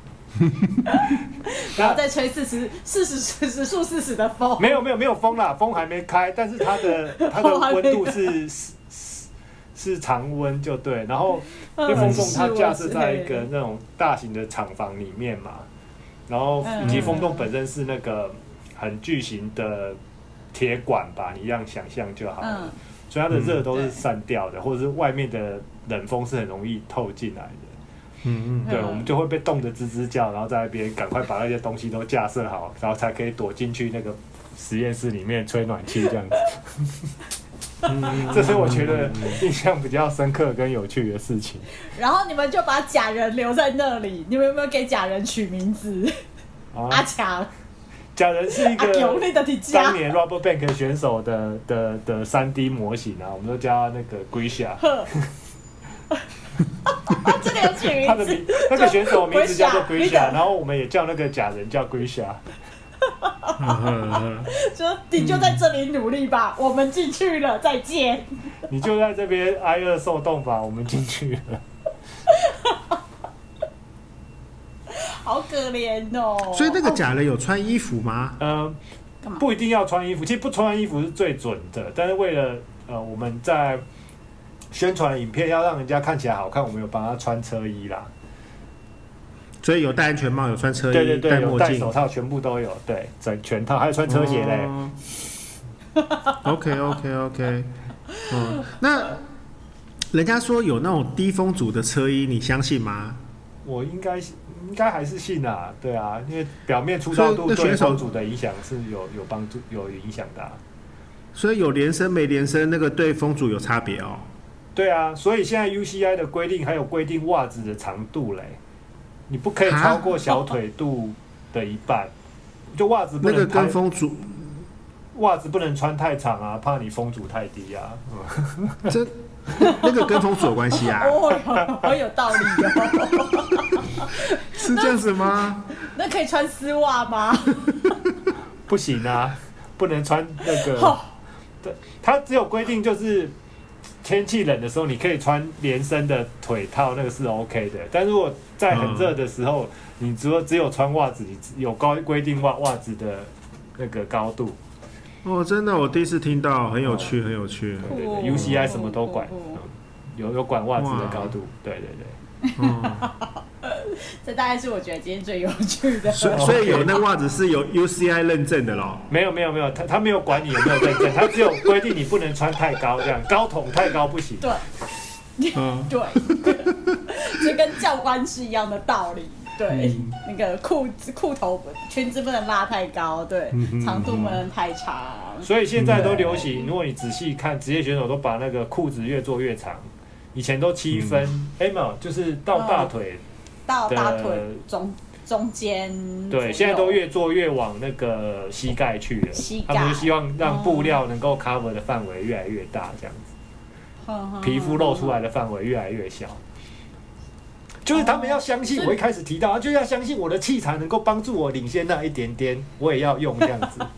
A: 然后再吹四十、四十、时速四十的风，
C: 没有没有没有风啦，风还没开，但是它的它的温度是是是常温就对，然后因为风洞它架设在一个那种大型的厂房里面嘛，然后以及风洞本身是那个很巨型的铁管吧，你这样想象就好了。嗯、所以它的热都是散掉的，嗯、或者是外面的冷风是很容易透进来的。嗯嗯，对，我们就会被冻得吱吱叫，然后在那边赶快把那些东西都架设好，然后才可以躲进去那个实验室里面吹暖气这样子。嗯、这是我觉得印象比较深刻跟有趣的事情。
A: 然后你们就把假人留在那里，你们有没有给假人取名字？啊、阿强。
C: 假人是一个当年 Rubberbank 选手的的的 三 D 模型啊，我们都叫他那个 Grisha。
A: 这个有取名字。
C: 他的名那个选手名字叫做 Grisha， 然后我们也叫那个假人叫 Grisha。
A: 说你就在这里努力吧，我们进去了，再见。
C: 你就在这边挨饿受冻吧，我们进去了。
A: 好可怜哦！
B: 所以那个假人有穿衣服吗？
C: 呃，不一定要穿衣服，其实不穿衣服是最准的。但是为了呃我们在宣传影片要让人家看起来好看，我们有帮他穿车衣啦。
B: 所以有戴安全帽，有穿车衣，
C: 对对对，
B: 戴墨镜、
C: 有戴手套，全部都有，对，整全套，还有穿车鞋嘞。
B: 哦、OK OK OK， 嗯，那人家说有那种低风阻的车衣，你相信吗？
C: 我应该应该还是信啊，对啊，因为表面粗糙度对风阻的影响是有有帮助有影响的、啊。
B: 所以有连身没连身，那个对风阻有差别哦。
C: 对啊，所以现在 U C I 的规定还有规定袜子的长度嘞，你不可以超过小腿肚的一半，就袜子不能
B: 那个跟风阻，
C: 袜子不能穿太长啊，怕你风阻太低啊。
B: 嗯、这那个跟风阻有关系啊？
A: 哦，好有道理哦。
B: 是这样子吗？
A: 那, 那可以穿丝袜吗？
C: 不行啊，不能穿那个。哦、对，它只有规定就是天气冷的时候，你可以穿连身的腿套，那个是 OK 的。但如果在很热的时候，嗯、你只有只有穿袜子，你有高规定袜袜子的那个高度。
B: 哦，真的，我第一次听到，很有趣，哦、很有趣。
C: 对对对 ，U C I 什么都管，嗯、有有管袜子的高度，对对对。
B: 哦
A: 这大概是我觉得今天最有趣的。
B: 所以所以有那袜子是有 U C I 认证的咯？
C: 没有没有没有，他他没有管你有没有认证，他只有规定你不能穿太高，这样高筒太高不行。
A: 对，嗯、对，这跟教官是一样的道理。对，嗯、那个裤子裤头裙子不能拉太高，对，嗯、长度不能太长。
C: 所以现在都流行，如果你仔细看，职业选手都把那个裤子越做越长，以前都七分，哎、嗯、没有，就是到大腿。嗯
A: 到大腿中中间，
C: 对，现在都越做越往那个膝盖去了。膝盖，他们就希望让布料能够 cover 的范围越来越大，这样子，嗯、皮肤露出来的范围越来越小。就是他们要相信，我一开始提到，就要相信我的器材能够帮助我领先那一点点，我也要用这样子。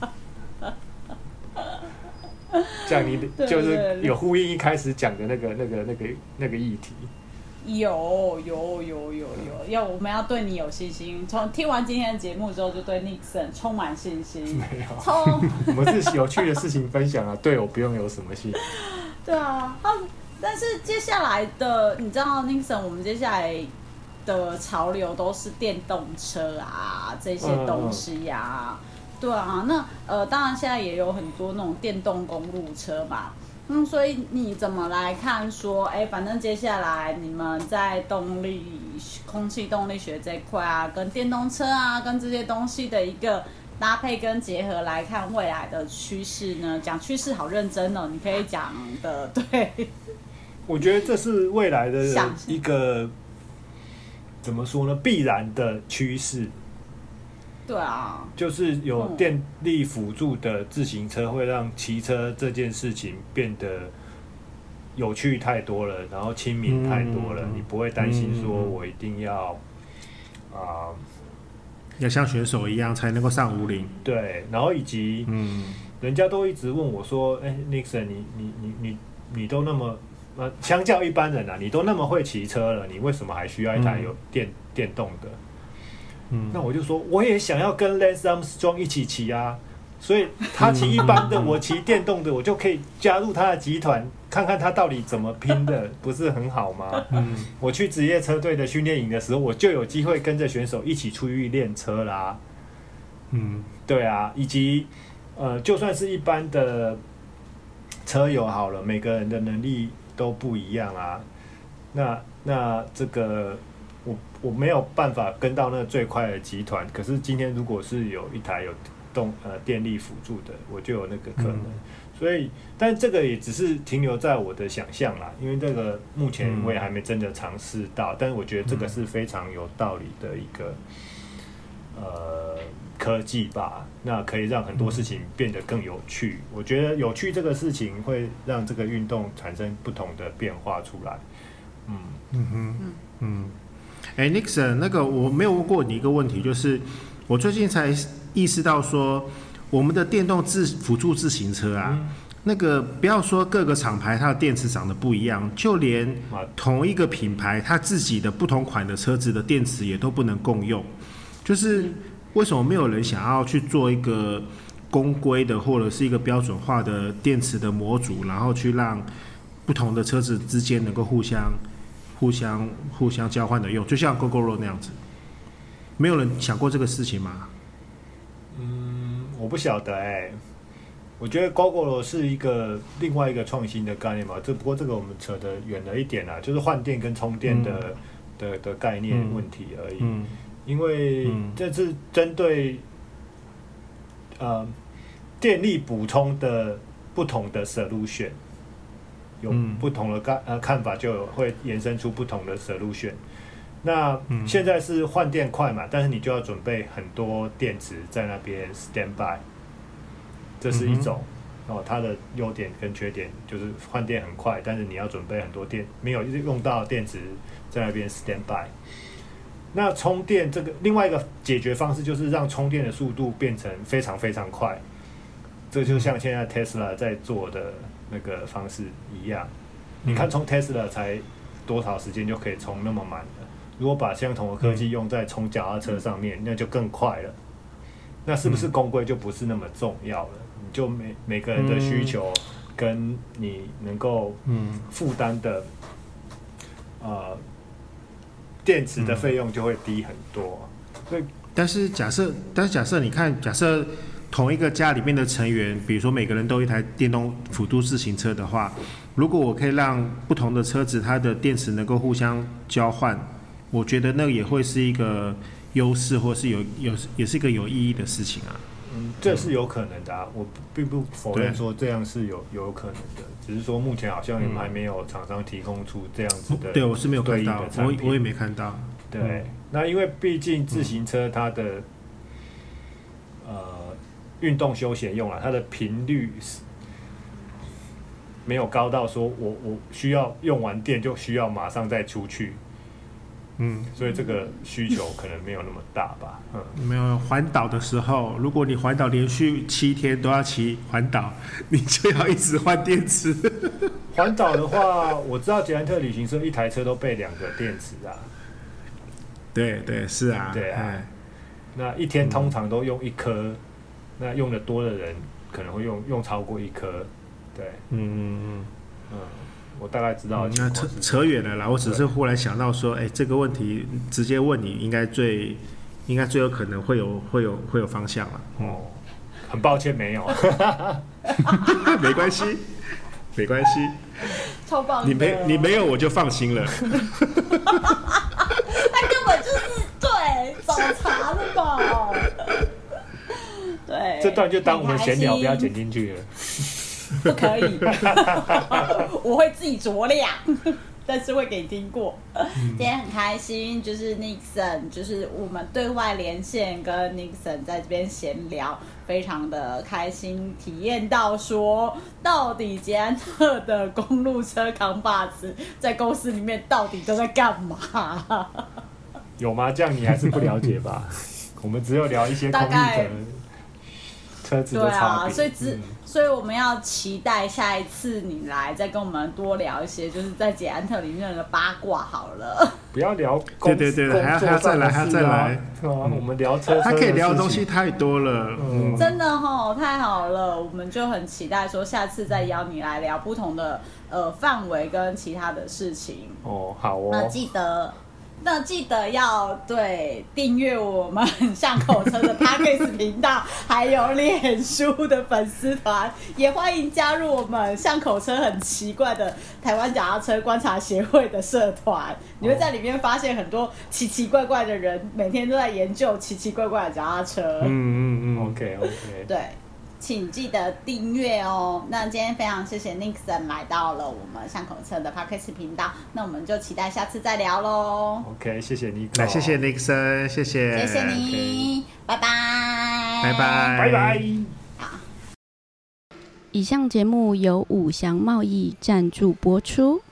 C: 这样你就是有呼应一开始讲的那个、那个、那个、那个议题。
A: 有有有有有，要我们要对你有信心。从听完今天的节目之后，就对 Nixon 充满信心。
C: 没有，充我们是有趣的事情分享啊，对我不用有什么信。
A: 对啊，但是接下来的，你知道 Nixon， 我们接下来的潮流都是电动车啊，这些东西呀、啊。嗯、对啊，那呃，当然现在也有很多那种电动公路车嘛。嗯，所以你怎么来看说，哎，反正接下来你们在动力、空气动力学这一块啊，跟电动车啊，跟这些东西的一个搭配跟结合来看未来的趋势呢？讲趋势好认真哦，你可以讲的对。
C: 我觉得这是未来的一个怎么说呢？必然的趋势。
A: 对啊，
C: 就是有电力辅助的自行车，会让骑车这件事情变得有趣太多了，然后亲民太多了。嗯、你不会担心说我一定要啊、呃，
B: 要像选手一样才能够上五岭。
C: 对，然后以及嗯，人家都一直问我说：“哎、欸、，Nixon， 你你你你你都那么呃，相较一般人啊，你都那么会骑车了，你为什么还需要一台有电、嗯、电动的？”嗯、那我就说，我也想要跟 Lance Armstrong 一起骑啊，所以他骑一般的，我骑电动的，我就可以加入他的集团，看看他到底怎么拼的，不是很好吗？嗯、我去职业车队的训练营的时候，我就有机会跟着选手一起出去练车啦。嗯，对啊，以及呃，就算是一般的车友好了，每个人的能力都不一样啊。那那这个。我我没有办法跟到那个最快的集团，可是今天如果是有一台有动呃电力辅助的，我就有那个可能。嗯、所以，但这个也只是停留在我的想象啦，因为这个目前我也还没真的尝试到，嗯、但是我觉得这个是非常有道理的一个呃科技吧。那可以让很多事情变得更有趣。我觉得有趣这个事情会让这个运动产生不同的变化出来。嗯嗯哼嗯。
B: 嗯哎 ，Nixon， 那个我没有问过你一个问题，就是我最近才意识到说，我们的电动自辅助自行车啊，嗯、那个不要说各个厂牌它的电池长得不一样，就连同一个品牌它自己的不同款的车子的电池也都不能共用。就是为什么没有人想要去做一个公规的或者是一个标准化的电池的模组，然后去让不同的车子之间能够互相。互相互相交换的用，就像 Gogoro 那样子，没有人想过这个事情吗？
C: 嗯，我不晓得哎、欸。我觉得 Gogoro 是一个另外一个创新的概念嘛，这不过这个我们扯得远了一点啦，就是换电跟充电的、嗯、的的概念问题而已。嗯、因为这是针对呃电力补充的不同的 solution。有不同的看呃看法，就会延伸出不同的 solution。那现在是换电快嘛，但是你就要准备很多电池在那边 stand by， 这是一种、嗯、哦，它的优点跟缺点就是换电很快，但是你要准备很多电，没有用到电池在那边 stand by。那充电这个另外一个解决方式就是让充电的速度变成非常非常快，这就像现在 Tesla 在做的。那个方式一样，你看充 Tesla 才多少时间就可以充那么满了？如果把相同的科技用在充脚踏车上面，那就更快了。那是不是公规就不是那么重要了？ 你就每每个人的需求跟你能够负担的、嗯、呃电池的费用就会低很多。所以，
B: 但是假设，但是假设你看，假设同一个家里面的成员，比如说每个人都有一台电动辅助自行车的话，如果我可以让不同的车子它的电池能够互相交换，我觉得那也会是一个优势，或是有有也是一个有意义的事情啊。
C: 嗯，这是有可能的、啊，我并不否认说这样是有有可能的，只是说目前好像还没有厂商提供出这样子的、嗯。
B: 对，我是没有看到，我我也没看到。
C: 对，嗯、那因为毕竟自行车它的、嗯、呃运动休闲用了，它的频率没有高到说我我需要用完电就需要马上再出去。嗯，所以这个需求可能没有那么大吧。嗯，
B: 没有环岛的时候，如果你环岛连续七天都要骑环岛，你就要一直换电池。
C: 环岛的话，我知道捷安特旅行社一台车都备两个电池啊。
B: 对对是啊，
C: 对啊。那一天通常都用一颗、嗯，那用的多的人可能会用用超过一颗。对，嗯嗯嗯嗯。我大概知道、嗯，
B: 那扯扯远了啦。我只是忽然想到说，哎、欸，这个问题直接问你，应该最应该最有可能会有会有会有方向了。
C: 哦，很抱歉没有，
B: 没关系，没关系，
A: 超棒的。
B: 你没你没有我就放心了。
A: 他根本就是对找茬的吧？对，
C: 这段就当我们闲聊，不要剪进去了。
A: 不可以，我会自己酌量，但是会给你听过。今天很开心，就是 Nixon， 就是我们对外连线跟 Nixon 在这边闲聊，非常的开心，体验到说到底捷安特的公路车扛把子在公司里面到底都在干嘛？
C: 有吗？这样你还是不了解吧？我们只有聊一些空力的车子的差别。对啊，
A: 所以只。嗯所以我们要期待下一次你来，再跟我们多聊一些，就是在捷安特里面的八卦好了。
C: 不要聊
B: 对对对，还要还要再来，还要再来。
C: 嗯、我们聊车车，
B: 他可以聊的东西太多了，
A: 嗯、真的齁，太好了。我们就很期待说，下次再邀你来聊不同的呃范围跟其他的事情。
C: 哦，好哦。
A: 那记得。那记得要对订阅我们巷口车的 Podcast 频道，还有脸书的粉丝团，也欢迎加入我们巷口车很奇怪的台湾脚踏车观察协会的社团。你会在里面发现很多奇奇怪怪的人，每天都在研究奇奇怪怪的脚踏车。
B: 嗯嗯嗯
C: ，OK OK，
A: 对。请记得订阅哦。那今天非常谢谢 Nixon 来到了我们巷口车的 Podcast 频道，那我们就期待下次再聊喽。
C: OK， 谢谢你，
B: 来谢谢 Nixon， 谢谢，
A: 谢谢你， okay. 拜拜，
B: 拜拜，
C: 拜拜。
A: 好，
D: 以上节目由五祥贸易赞助播出。